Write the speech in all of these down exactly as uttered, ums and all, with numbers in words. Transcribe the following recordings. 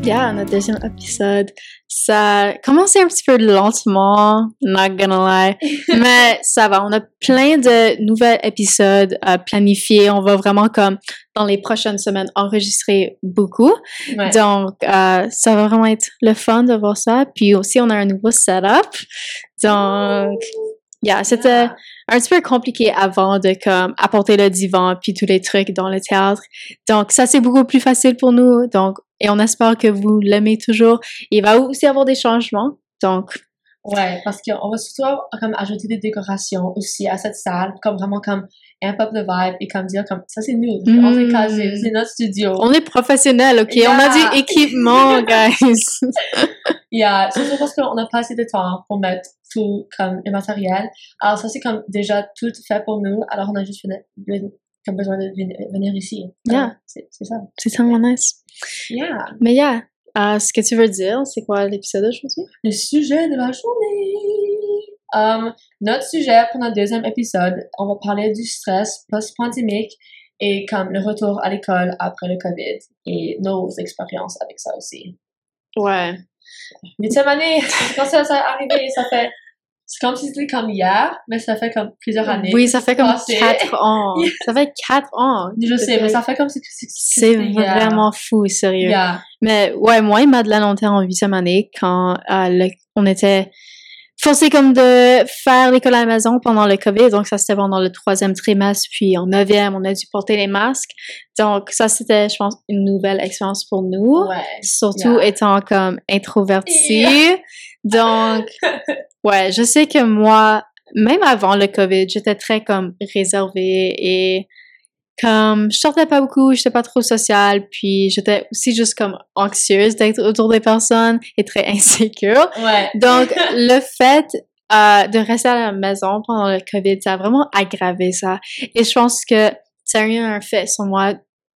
Yeah, notre deuxième épisode, ça commence un petit peu lentement, not gonna lie, mais ça va. On a plein de nouveaux épisodes euh, planifiés. On va vraiment comme dans les prochaines semaines enregistrer beaucoup. Ouais. Donc, euh, ça va vraiment être le fun de voir ça. Puis aussi, on a un nouveau setup. Donc, yeah, c'était Yeah. un petit peu compliqué avant de comme apporter le divan puis tous les trucs dans le théâtre. Donc, ça, c'est beaucoup plus facile pour nous. Donc, et on espère que vous l'aimez toujours. Il va aussi avoir des changements. Donc, Ouais, parce qu'on va surtout comme ajouter des décorations aussi à cette salle, comme vraiment comme un pop de vibe et comme dire comme ça c'est nous, Mm. on s'est casé, c'est notre studio. on est professionnels, OK? Yeah. On a du équipement, guys. Yeah, surtout parce qu'on n'a pas assez de temps pour mettre tout comme le matériel. Alors ça c'est comme déjà tout fait pour nous, alors on a juste venu- venu- comme besoin de venir, venir ici. Yeah. Euh, c'est c'est ça. C'est tellement nice. Yeah. Mais yeah, euh, ce que tu veux dire, c'est quoi l'épisode d'aujourd'hui? Le sujet de la journée. Um, notre sujet pour notre deuxième épisode, on va parler du stress post-pandémique et comme le retour à l'école après le COVID et nos expériences avec ça aussi. Ouais. Huitième année, quand ça, ça arrivé, ça fait, c'est comme si c'était comme hier, mais ça fait comme plusieurs années. Oui, ça fait comme passé. quatre ans. Ça fait quatre ans. Je sais, mais ça fait comme si si- si C'est c'était hier. vraiment fou, sérieux. Yeah. Mais ouais, moi et Madeleine, on était en huitième année quand euh, le- on était forcés comme de faire l'école à la maison pendant le COVID. Donc, ça, c'était pendant le troisième trimestre. Puis en neuvième, on a dû porter les masques. Donc, ça, c'était, je pense, une nouvelle expérience pour nous. Ouais. Surtout Yeah. étant comme introvertie. Yeah. Donc, ouais, je sais que moi, même avant le COVID, j'étais très comme réservée et comme je sortais pas beaucoup, j'étais pas trop sociale, puis j'étais aussi juste comme anxieuse d'être autour des personnes et très insécure. Ouais. Donc, le fait euh, de rester à la maison pendant le COVID, ça a vraiment aggravé ça. Et je pense que ça a eu un fait sur moi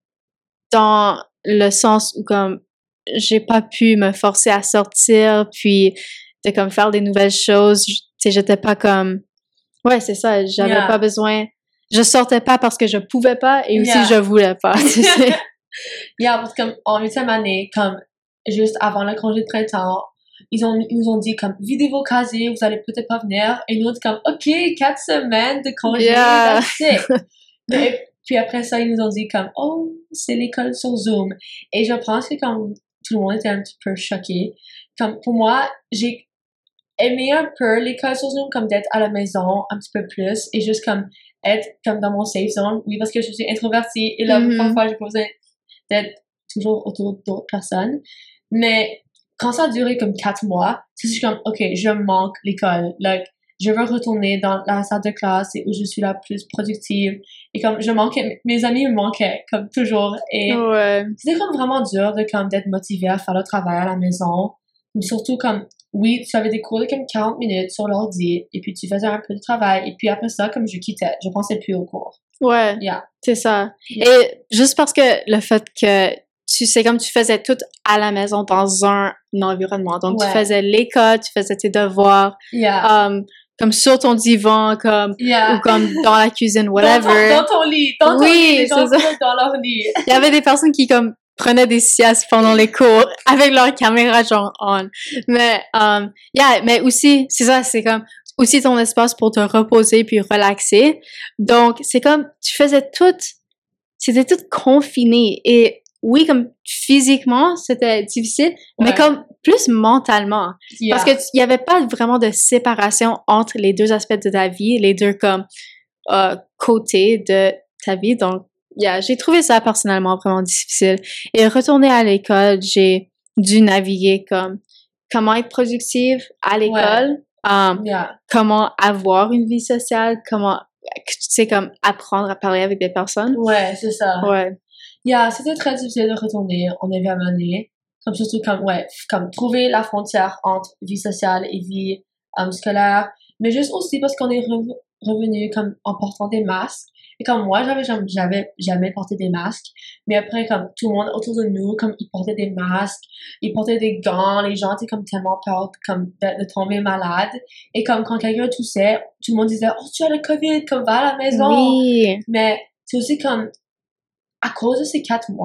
dans le sens où comme j'ai pas pu me forcer à sortir, puis de comme faire des nouvelles choses. Tu sais, j'étais pas comme... Ouais, c'est ça, j'avais Yeah. pas besoin... Je sortais pas parce que je pouvais pas et aussi Yeah. je voulais pas, tu sais. Yeah, parce que comme en huitième année, comme juste avant le congé de printemps, ils ont ils nous ont dit comme videz vos casiers, vous allez peut-être pas venir, et nous on dit comme ok quatre semaines de congé, Yeah. that's it. Mais puis après ça ils nous ont dit comme oh c'est l'école sur Zoom, et je pense que comme tout le monde était un petit peu choqué. Comme pour moi j'ai aimé un peu l'école sur Zoom, comme d'être à la maison un petit peu plus et juste comme être comme dans mon safe zone. Oui, parce que je suis introvertie et là, Mhm. parfois, j'ai pas besoin d'être toujours autour d'autres personnes. Mais quand ça a duré comme quatre mois, c'est juste comme, OK, je manque l'école. Like, je veux retourner dans la salle de classe et où je suis la plus productive. Et comme, je manquais, mes amis me manquaient, comme toujours. Et Ouais. c'était comme vraiment dur de comme d'être motivé à faire le travail à la maison. Mais surtout comme, oui, tu avais des cours de comme quarante minutes sur l'ordi, et puis tu faisais un peu de travail, et puis après ça, comme je quittais, je pensais plus aux cours. Ouais, Yeah. c'est ça. Yeah. Et juste parce que le fait que tu sais, comme tu faisais tout à la maison dans un environnement. Donc, Ouais. tu faisais l'école, tu faisais tes devoirs, Yeah. um, comme sur ton divan, comme, Yeah. ou comme dans la cuisine, Dans whatever. ton, dans ton lit. Dans ton Oui, lit. Les gens c'est ça. sont dans leur lit. Il y avait des personnes qui, comme, prenaient des siestes pendant les cours avec leur caméra, genre, on. Mais, um, yeah, mais aussi, c'est ça, c'est comme, aussi ton espace pour te reposer puis relaxer. Donc, c'est comme, tu faisais tout, c'était tout confiné. Et oui, comme, physiquement, c'était difficile, mais Ouais. comme, plus mentalement. Yeah. Parce que il y avait pas vraiment de séparation entre les deux aspects de ta vie, les deux, comme, euh, côtés de ta vie. Donc, yeah, j'ai trouvé ça personnellement vraiment difficile. Et retourner à l'école, j'ai dû naviguer comme comment être productive à l'école, um, Yeah. comment avoir une vie sociale, comment, tu sais, comme apprendre à parler avec des personnes. Ouais, c'est ça. Ouais. Yeah, c'était très difficile de retourner en neuvième année. Comme surtout comme, ouais, comme trouver la frontière entre vie sociale et vie um, scolaire. Mais juste aussi parce qu'on est re- revenu comme en portant des masques. Et comme moi, j'avais jamais, j'avais jamais porté des masques. Mais après, comme tout le monde autour de nous, comme ils portaient des masques, ils portaient des gants, les gens étaient comme tellement peur comme de, de tomber malade. Et comme quand quelqu'un toussait, tout le monde disait, oh, tu as le COVID, comme va à la maison. Oui. Mais c'est aussi comme, à cause de ces quatre mois,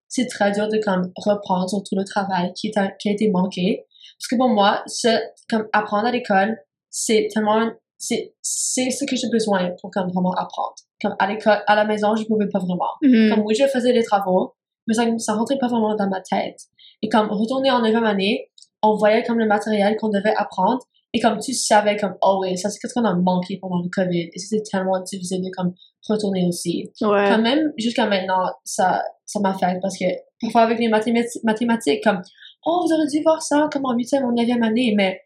c'est très dur de comme reprendre surtout le travail qui, est a, qui a été manqué. Parce que pour moi, ce, comme apprendre à l'école, c'est tellement, c'est, c'est ce que j'ai besoin pour comme vraiment apprendre. Comme à l'école, à la maison, je pouvais pas vraiment. Mm-hmm. Comme oui, je faisais des travaux, mais ça, ça rentrait pas vraiment dans ma tête. Et comme retourner en neuvième année, on voyait comme le matériel qu'on devait apprendre, et comme tu savais comme, oh oui, ça c'est quelque chose qu'on a manqué pendant le COVID, et c'était tellement difficile de comme retourner aussi. Ouais. Quand même, jusqu'à maintenant, ça, ça m'affecte parce que parfois avec les mathématiques, mathématiques comme, oh, vous auriez dû voir ça comme en huitième ou neuvième année, mais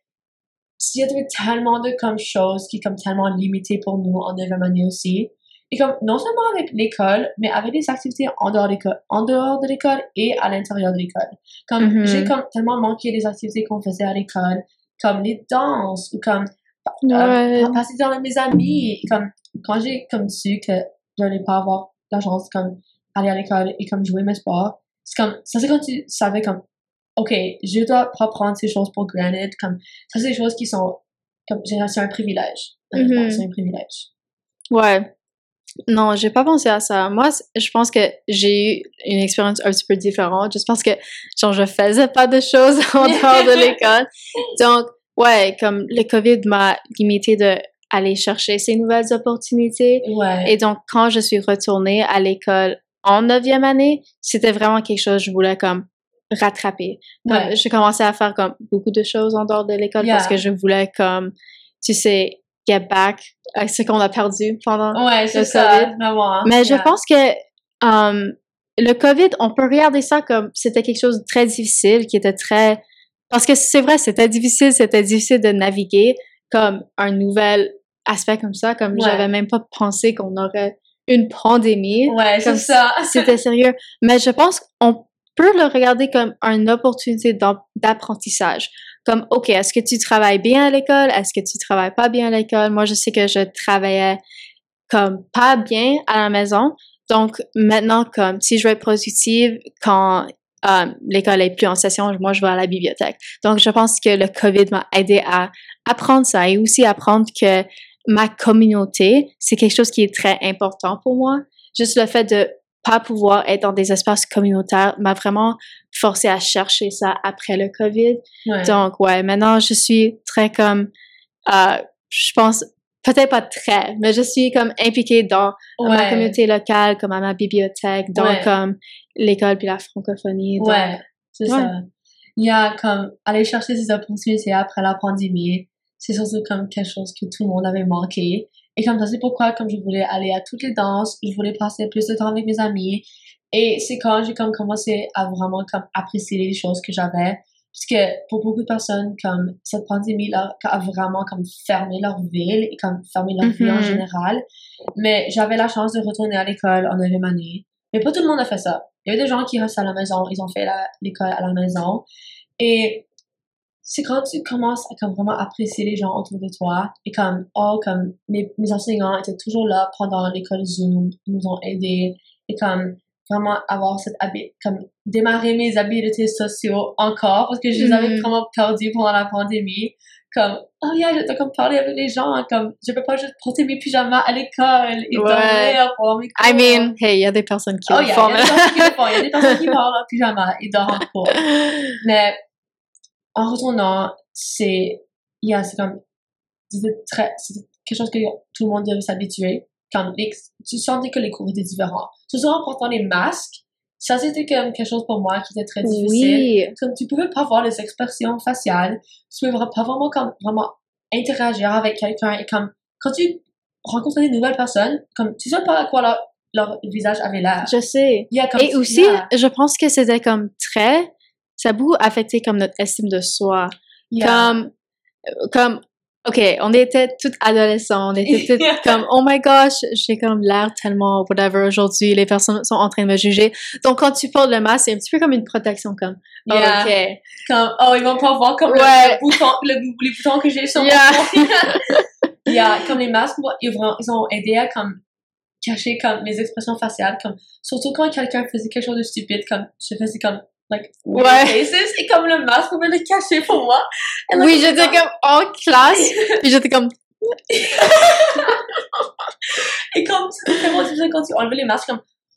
il y a tellement de comme choses qui sont comme tellement limitées pour nous en neuvième année aussi. Et comme, non seulement avec l'école, mais avec des activités en dehors de l'école, en dehors de l'école et à l'intérieur de l'école. Comme, mm-hmm. j'ai comme tellement manqué des activités qu'on faisait à l'école, comme les danses, ou comme, ouais. euh, passer dans mes amis. Et comme, quand j'ai comme su que j'allais pas avoir la chance, comme, aller à l'école et comme jouer mes sports, c'est comme, ça c'est quand tu savais comme, ok, je dois pas prendre ces choses pour granted, comme, ça c'est des choses qui sont, comme, c'est un privilège. Mm-hmm. C'est un privilège. Ouais. Non, j'ai pas pensé à ça. Moi, je pense que j'ai eu une expérience un petit peu différente. Juste parce que, genre, je faisais pas de choses en dehors de l'école. Donc, ouais, comme le COVID m'a limité de aller chercher ces nouvelles opportunités. Ouais. Et donc, quand je suis retournée à l'école en neuvième année, c'était vraiment quelque chose que je voulais comme rattraper. Comme, ouais. J'ai commencé à faire comme beaucoup de choses en dehors de l'école yeah. parce que je voulais comme, tu sais, get back à ce qu'on a perdu pendant ouais, le c'est COVID. Ça, vraiment. Mais yeah. je pense que um, le COVID, on peut regarder ça comme c'était quelque chose de très difficile, qui était très... Parce que c'est vrai, c'était difficile, c'était difficile de naviguer comme un nouvel aspect comme ça, comme ouais. j'avais même pas pensé qu'on aurait une pandémie. Ouais, c'est ça. C'était sérieux. Mais je pense qu'on peut le regarder comme une opportunité d'apprentissage. Comme, OK, est-ce que tu travailles bien à l'école? Est-ce que tu travailles pas bien à l'école? Moi, je sais que je travaillais comme pas bien à la maison. Donc, maintenant, comme si je veux être productive, quand euh, l'école est plus en session, moi, je vais à la bibliothèque. Donc, je pense que le COVID m'a aidé à apprendre ça et aussi apprendre que ma communauté, c'est quelque chose qui est très important pour moi. Juste le fait de pas pouvoir être dans des espaces communautaires m'a vraiment forcé à chercher ça après le COVID. Ouais. Donc, ouais, maintenant, je suis très comme, euh, je pense, peut-être pas très, mais je suis comme impliquée dans ouais. ma communauté locale, comme à ma bibliothèque, dans ouais. comme l'école puis la francophonie. Donc, ouais, c'est ouais. ça. Il y a comme, aller chercher ces opportunités après la pandémie, c'est surtout comme quelque chose que tout le monde avait manqué. Et comme ça, c'est pourquoi, comme je voulais aller à toutes les danses, je voulais passer plus de temps avec mes amis. Et c'est quand j'ai comme commencé à vraiment comme apprécier les choses que j'avais. Parce que pour beaucoup de personnes, comme cette pandémie-là a vraiment comme fermé leur ville et comme fermé leur mm-hmm. vie en général. Mais j'avais la chance de retourner à l'école en neuvième année. Mais pas tout le monde a fait ça. Il y a des gens qui restent à la maison, ils ont fait la, l'école à la maison. Et c'est quand tu commences à comme vraiment apprécier les gens autour de toi et comme, oh, comme mes, mes enseignants étaient toujours là pendant l'école Zoom, ils nous ont aidés et comme vraiment avoir cette habitude, comme démarrer mes habiletés sociaux encore parce que je les avais mm. vraiment perdues pendant la pandémie. Comme, oh yeah, je dois comme parler avec les gens, comme, je peux pas juste porter mes pyjamas à l'école et ouais. dormir pendant mes cours. I mean, hey, il y a des personnes qui oh, le yeah, font. Il y a des personnes qui le font, il y a des personnes qui parlent en pyjama et dorment en cours. Mais, en retournant, c'est, yeah, c'est comme, c'est très, c'est quelque chose que tout le monde devait s'habituer. Quand les, tu sentais que les cours étaient différents. Surtout en portant les masques, ça c'était comme quelque chose pour moi qui était très difficile. Oui. Comme tu pouvais pas voir les expressions faciales, tu pouvais pas vraiment comme, vraiment interagir avec quelqu'un et comme, quand tu rencontrais de nouvelles personnes, comme, tu sais pas à quoi leur, leur visage avait l'air. Je sais. Yeah, comme, et aussi, yeah. je pense que c'était comme très, ça a beaucoup affecté comme notre estime de soi. Yeah. Comme, comme, OK, on était toutes adolescents, on était toutes yeah. comme, oh my gosh, j'ai comme l'air tellement whatever aujourd'hui, les personnes sont en train de me juger. Donc, quand tu portes le masque, c'est un petit peu comme une protection, comme, oh, yeah. OK. Comme, oh, ils vont pas voir comme ouais. le, le bouton, le, les boutons que j'ai sur yeah. mon Il y a, comme les masques, ils, ils ont aidé à comme cacher comme mes expressions faciales, comme, surtout quand quelqu'un faisait quelque chose de stupide, comme, je faisais comme, like, ouais. faces, et comme le masque pouvait le cacher pour moi. Et oui, j'étais comme en classe, et j'étais comme... et comme, c'est tellement difficile quand tu enlevais les masques, comme,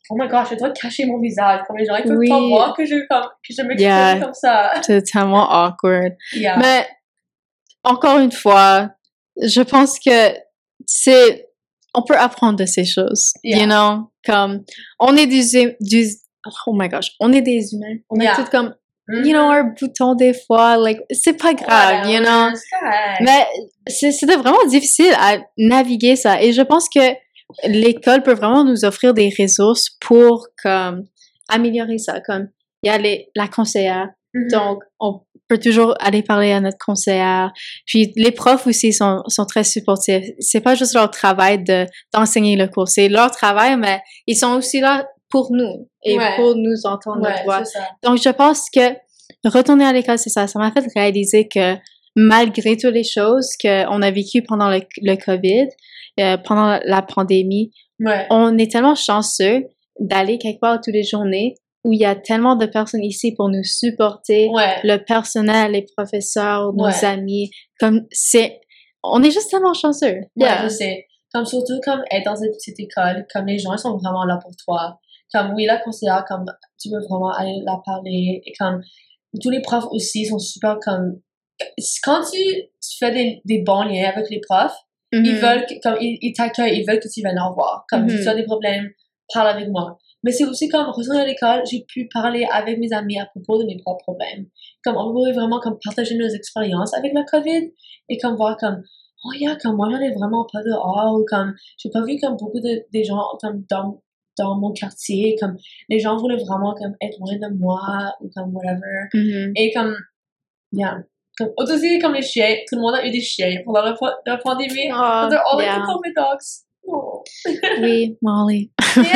oh my gosh, je dois cacher mon visage. Comme les gens, ils peuvent Oui. pas voir que je, comme, que je m'exprime Yeah. comme ça. C'est tellement awkward. Yeah. Mais, encore une fois, je pense que c'est, on peut apprendre de ces choses. Yeah. You know? Comme, on est des, des, oh my gosh, on est des humains. On Yeah. est tous comme, Mm-hmm. you know, un bouton des fois, like, c'est pas grave, Ouais, you know? c'est correct. Mais, c'est, c'était vraiment difficile à naviguer ça. Et je pense que l'école peut vraiment nous offrir des ressources pour, comme, améliorer ça. Comme, il y a les, la conseillère. Mm-hmm. Donc, on peut toujours aller parler à notre conseillère. Puis, les profs aussi sont, sont très supportifs. C'est pas juste leur travail de, d'enseigner le cours. C'est leur travail, mais ils sont aussi là pour nous et Ouais. pour nous entendre Ouais, notre voix. c'est ça. Donc, je pense que retourner à l'école, c'est ça. Ça m'a fait réaliser que malgré toutes les choses qu'on a vécues pendant le, le COVID, euh, pendant la pandémie, Ouais. on est tellement chanceux d'aller quelque part toutes les journées où il y a tellement de personnes ici pour nous supporter, Ouais. le personnel, les professeurs, nos Ouais. amis. Comme c'est, on est juste tellement chanceux. Ouais, Yeah. je sais. Comme surtout, comme être dans une petite école, comme les gens, ils sont vraiment là pour toi. Comme, oui, la conseillère, comme, tu peux vraiment aller la parler. Et comme, tous les profs aussi sont super comme, quand tu, tu fais des, des bons liens avec les profs, Mm-hmm. ils veulent, que, comme, ils, ils t'accueillent, ils veulent que tu viennes leur voir. Comme, Mm-hmm. si tu as des problèmes, parle avec moi. Mais c'est aussi comme, retourner à l'école, j'ai pu parler avec mes amis à propos de mes propres problèmes. Comme, on pouvait vraiment, comme, partager nos expériences avec la COVID et comme voir comme, oh yeah, comme moi, j'en ai vraiment pas dehors, ou comme, j'ai pas vu comme beaucoup de, des gens, comme, dans, dans mon quartier, comme, les gens voulaient vraiment, comme, être loin de moi, ou comme, whatever. Mm-hmm. Et comme, yeah. Comme, aussi, comme les chiens, tout le monde a eu des chiens pendant la, la pandémie. Oh, They're all yeah. like COVID dogs. Oh. Oui, Molly.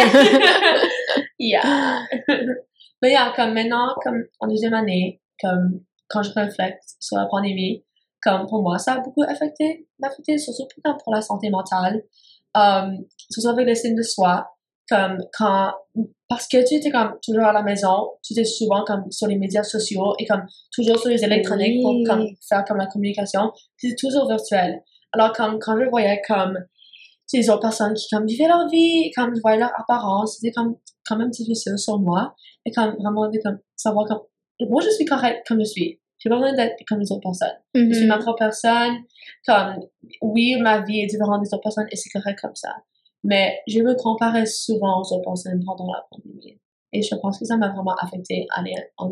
Yeah. Mais yeah, comme maintenant, comme en deuxième année, comme quand je réflecte sur la pandémie, comme pour moi, ça a beaucoup affecté, affecté surtout comme pour la santé mentale, um, surtout avec l'estime de soi, comme quand, parce que tu étais comme toujours à la maison, tu étais souvent comme sur les médias sociaux et comme toujours sur les électroniques Oui. pour comme faire comme la communication, c'était toujours virtuel. Alors comme quand je voyais comme les autres personnes qui comme vivaient leur vie, comme je voyais leur apparence, c'était comme quand même difficile sur moi et comme vraiment de comme savoir comme moi je suis correcte comme je suis. J'ai pas besoin d'être comme les autres personnes. Mm-hmm. Je suis ma propre personne. Comme, oui, ma vie est différente des autres personnes et c'est correct comme ça. Mais je me comparais souvent aux autres personnes pendant la pandémie. Et je pense que ça m'a vraiment affecté en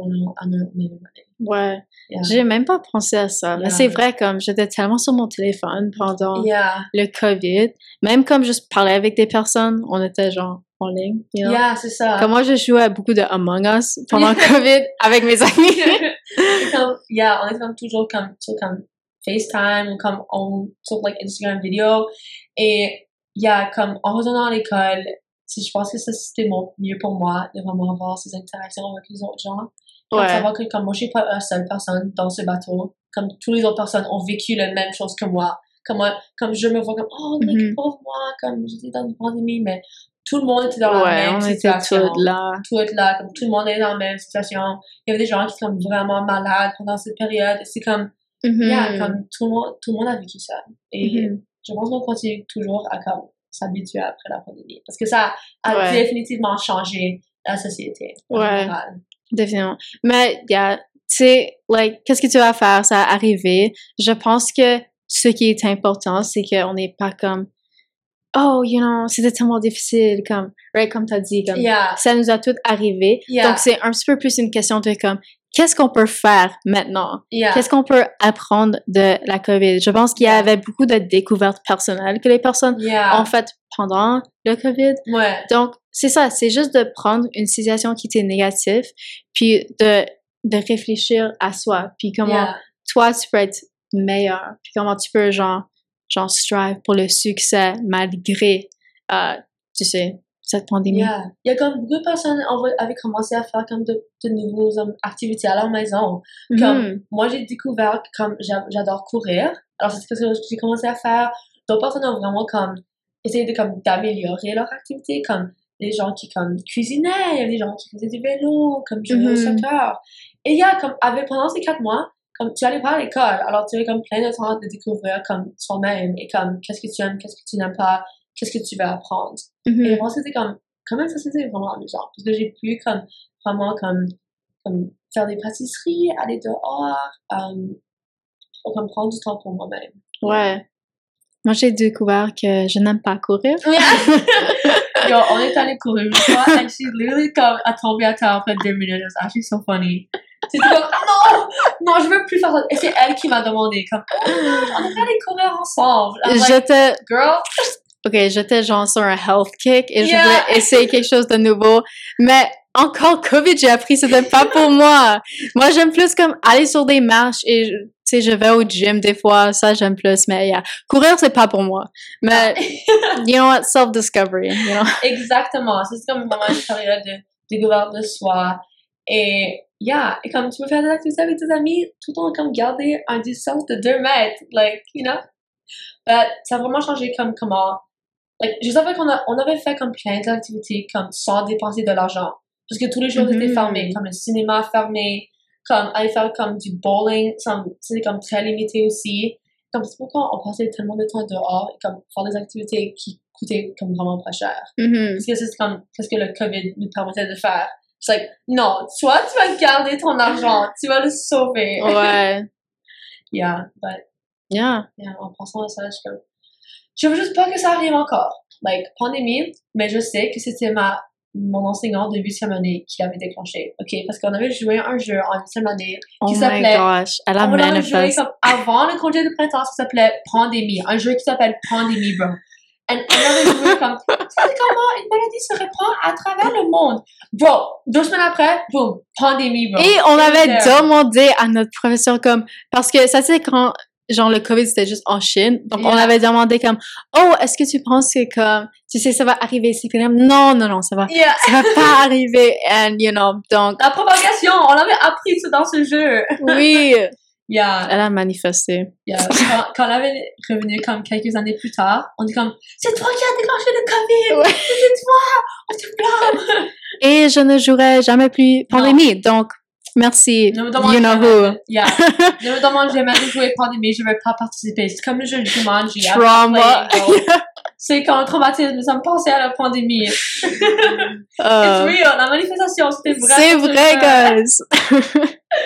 un année. Ouais. Yeah. J'ai même pas pensé à ça. Yeah. Mais c'est vrai, comme j'étais tellement sur mon téléphone pendant Yeah. le COVID. Même comme je parlais avec des personnes, on était genre en ligne. You know? Yeah, c'est ça. Comme moi, je jouais à beaucoup de Among Us pendant le COVID avec mes amis. comme, yeah, on était comme toujours comme, sur comme FaceTime ou comme on, sur like Instagram vidéo. Et yeah, comme en retournant à l'école, si je pense que ça c'était mon mieux pour moi de vraiment avoir ces interactions avec les autres gens. Comme Ouais. savoir que comme moi je suis pas la seule personne dans ce bateau, comme toutes les autres personnes ont vécu la même chose que moi. Comme moi, comme je me vois comme oh like, Mm-hmm. pauvre moi, comme j'étais dans une pandémie, mais tout le monde était dans Ouais, la même on situation. était toutes là. Toutes là, comme tout le monde est dans la même situation. Il y avait des gens qui sont vraiment malades pendant cette période. Et c'est comme, Mm-hmm. yeah, comme tout le monde, tout le monde a vécu ça. Et Mm-hmm. je pense qu'on continue toujours à comme s'habituer après la pandémie. Parce que ça a Ouais. définitivement changé la société. En Ouais. général. Définitivement. Mais, yeah, tu sais, like, qu'est-ce que tu vas faire? Ça va arriver. Je pense que ce qui est important, c'est qu'on n'est pas comme, oh, you know, c'était tellement difficile, comme, right, comme t'as dit, comme, Yeah. ça nous a tout arrivé. Yeah. Donc, c'est un petit peu plus une question de comme, qu'est-ce qu'on peut faire maintenant? Yeah. Qu'est-ce qu'on peut apprendre de la COVID? Je pense qu'il y Yeah. avait beaucoup de découvertes personnelles que les personnes Yeah. ont faites pendant le COVID. Ouais. Donc, c'est ça, c'est juste de prendre une situation qui était négative, puis de, de réfléchir à soi, puis comment Yeah. toi, tu peux être meilleur, puis comment tu peux, genre, genre strive pour le succès malgré, euh, tu sais, cette pandémie. Yeah. Il y a comme beaucoup de personnes avaient commencé à faire comme de, de nouvelles um, activités à leur maison. Comme Mm-hmm. moi, j'ai découvert comme j'adore courir. Alors, c'est ce que j'ai commencé à faire. D'autres personnes ont vraiment comme essayé de comme d'améliorer leur activité, comme les gens qui comme cuisinaient, il y a des gens qui faisaient du vélo, comme jouaient Mm-hmm. au soccer. Et il y a comme avec pendant ces quatre mois, comme tu allais pas à l'école, alors tu avais comme plein de temps de découvrir comme soi-même et comme qu'est-ce que tu aimes, qu'est-ce que tu n'aimes pas, qu'est-ce que tu veux apprendre. Mm-hmm. Et je pense que c'est comme, quand même, ça, c'était vraiment amusant. Parce que j'ai pu, comme, vraiment, comme, comme, faire des pâtisseries, aller dehors, um, pour comme, prendre du temps pour moi-même. Ouais. Moi, j'ai découvert que je n'aime pas courir. Yo, on est allé courir une fois, and she literally, comme, a tombé à terre après deux minutes. It's actually so funny. C'était comme, non! Non, je veux plus faire ça. Et c'est elle qui m'a demandé, comme, oh, on est allé courir ensemble. I'm like, J'étais... girl. OK, j'étais genre sur un health kick et je Yeah. voulais essayer quelque chose de nouveau. Mais encore COVID, j'ai appris que c'était pas pour moi. Moi, j'aime plus comme aller sur des marches et, tu sais, je vais au gym des fois. Ça, j'aime plus. Mais yeah, courir, c'est pas pour moi. Mais, you know what? Self-discovery, you know? Exactement. C'est comme vraiment une période de découverte de soi. Et, yeah, et comme tu peux faire des activités avec tes amis, tout en comme garder un distance de deux mètres. Like, you know? But ça a vraiment changé comme comment. Like, je savais qu'on a, on avait fait comme plein d'activités comme sans dépenser de l'argent. Parce que tous les jours Mm-hmm. étaient fermés, comme le cinéma fermé, comme aller faire comme du bowling, c'est comme très limité aussi. Comme c'est pourquoi on passait tellement de temps dehors et comme faire des activités qui coûtaient comme vraiment pas cher. Mm-hmm. Parce que c'est comme ce que le COVID nous permettait de faire. C'est like, non, toi tu vas garder ton argent, tu vas le sauver. Ouais. Yeah, but Yeah. yeah, en pensant à ça, je suis comme, je veux juste pas que ça arrive encore. Like, pandémie, mais je sais que c'était ma, mon enseignant de huitième année qui l'avait déclenché. OK? Parce qu'on avait joué un jeu en huitième année Oh qui my s'appelait. gosh. Elle a On l'avait joué manifest. comme avant le congé de printemps, ça s'appelait Pandémie. Un jeu qui s'appelle Pandémie, bro. Et on avait joué comme, c'est comment une maladie se répand à travers le monde. Bro, deux semaines après, boum, pandémie, bro. Et on avait C'était- demandé à notre professeur comme, parce que ça c'est quand, genre le COVID c'était juste en Chine, donc on Yeah. avait demandé comme, oh, est-ce que tu penses que comme, tu sais, ça va arriver? C'est comme, non, non, non, ça va, Yeah. ça va pas arriver, and you know, donc, La propagation, on avait appris ça dans ce jeu. oui, Yeah. elle a manifesté. Yeah. Quand, quand on avait revenu comme quelques années plus tard, on dit comme, c'est toi qui as déclenché le COVID! Ouais. C'est toi! On te blâme! Et je ne jouerai jamais plus pandémie, donc, merci, Ne me demande you know jamais who. de- Yeah. Ne me demande jamais de jouer pandémie, je ne veux pas participer. C'est comme le jeu de Jumanji. I'm not Trauma. playing, bro. C'est quand le traumatisme, ça me pensait à la pandémie. It's Euh, real, la manifestation, c'était vrai. c'est sur ce vrai, jeu. guys.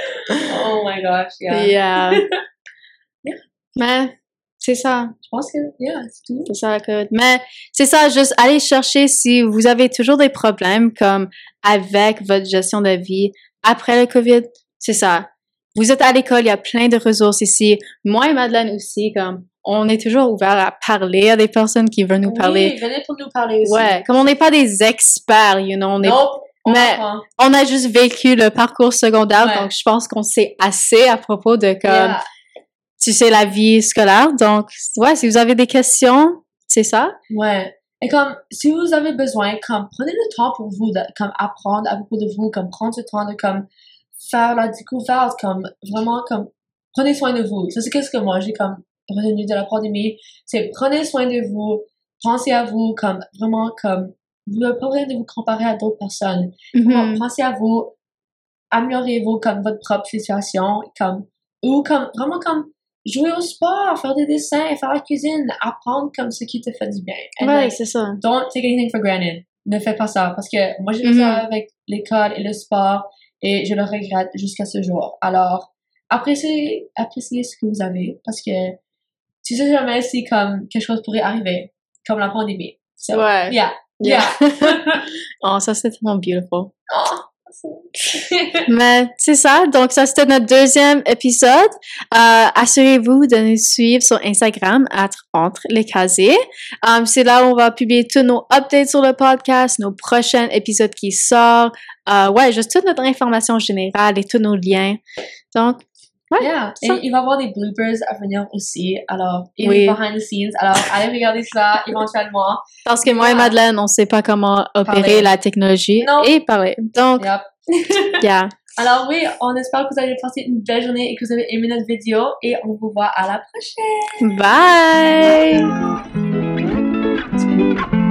Oh my gosh, yeah. Yeah. Yeah. Mais, c'est ça. Je pense que, yeah, c'est tout. C'est ça, que... Mais c'est ça, juste allez chercher si vous avez toujours des problèmes comme avec votre gestion de vie après le COVID. C'est ça. Vous êtes à l'école, il y a plein de ressources ici. Moi et Madeleine aussi, comme on est toujours ouvert à parler à des personnes qui veulent nous parler. Oui, venez pour nous parler aussi. Ouais, comme on n'est pas des experts, you know, on est Nope, on Mais- apprend. on a juste vécu le parcours secondaire, Ouais. donc je pense qu'on sait assez à propos de comme Yeah. tu sais la vie scolaire. Donc ouais, si vous avez des questions, c'est ça. Ouais. Et comme, si vous avez besoin, comme, prenez le temps pour vous de, comme, apprendre à beaucoup de vous, comme, prendre ce temps de, comme, faire la découverte, comme, vraiment, comme, prenez soin de vous. Ça, c'est qu'est-ce que moi, j'ai, comme, retenu de la pandémie. C'est, prenez soin de vous, pensez à vous, comme, vraiment, comme, vous n'avez pas besoin de vous comparer à d'autres personnes. Vraiment, Mhm. pensez à vous, améliorez-vous, comme, votre propre situation, comme, ou, comme, vraiment, comme, jouer au sport, faire des dessins, faire la cuisine, apprendre, comme, ce qui te fait du bien. And, Ouais, like, c'est ça. don't take anything for granted. Ne fais pas ça. Parce que moi, j'ai fait Mhm. ça avec l'école et le sport et je le regrette jusqu'à ce jour. Alors, appréciez, appréciez ce que vous avez parce que tu sais jamais si comme quelque chose pourrait arriver, comme la pandémie. So, Ouais. Yeah. Yeah. Yeah. Oh, ça c'est tellement beautiful. Oh, Mais c'est ça. Donc ça c'était notre deuxième épisode. Euh, assurez-vous de nous suivre sur Instagram à entre les casiers. Um, c'est là où on va publier tous nos updates sur le podcast, nos prochains épisodes qui sortent. Euh, ouais, juste toute notre information générale et tous nos liens. Donc Yeah. Et Ça. il va y avoir des bloopers à venir aussi. Alors, et Oui. des behind the scenes. Alors, allez regarder ça éventuellement. parce que moi et Yeah. Madeleine, on sait pas comment opérer Parler. la technologie Non. et parler. Donc Yep. yeah. Alors oui, on espère que vous avez passé une belle journée et que vous avez aimé notre vidéo et on vous voit à la prochaine. Bye. Bye.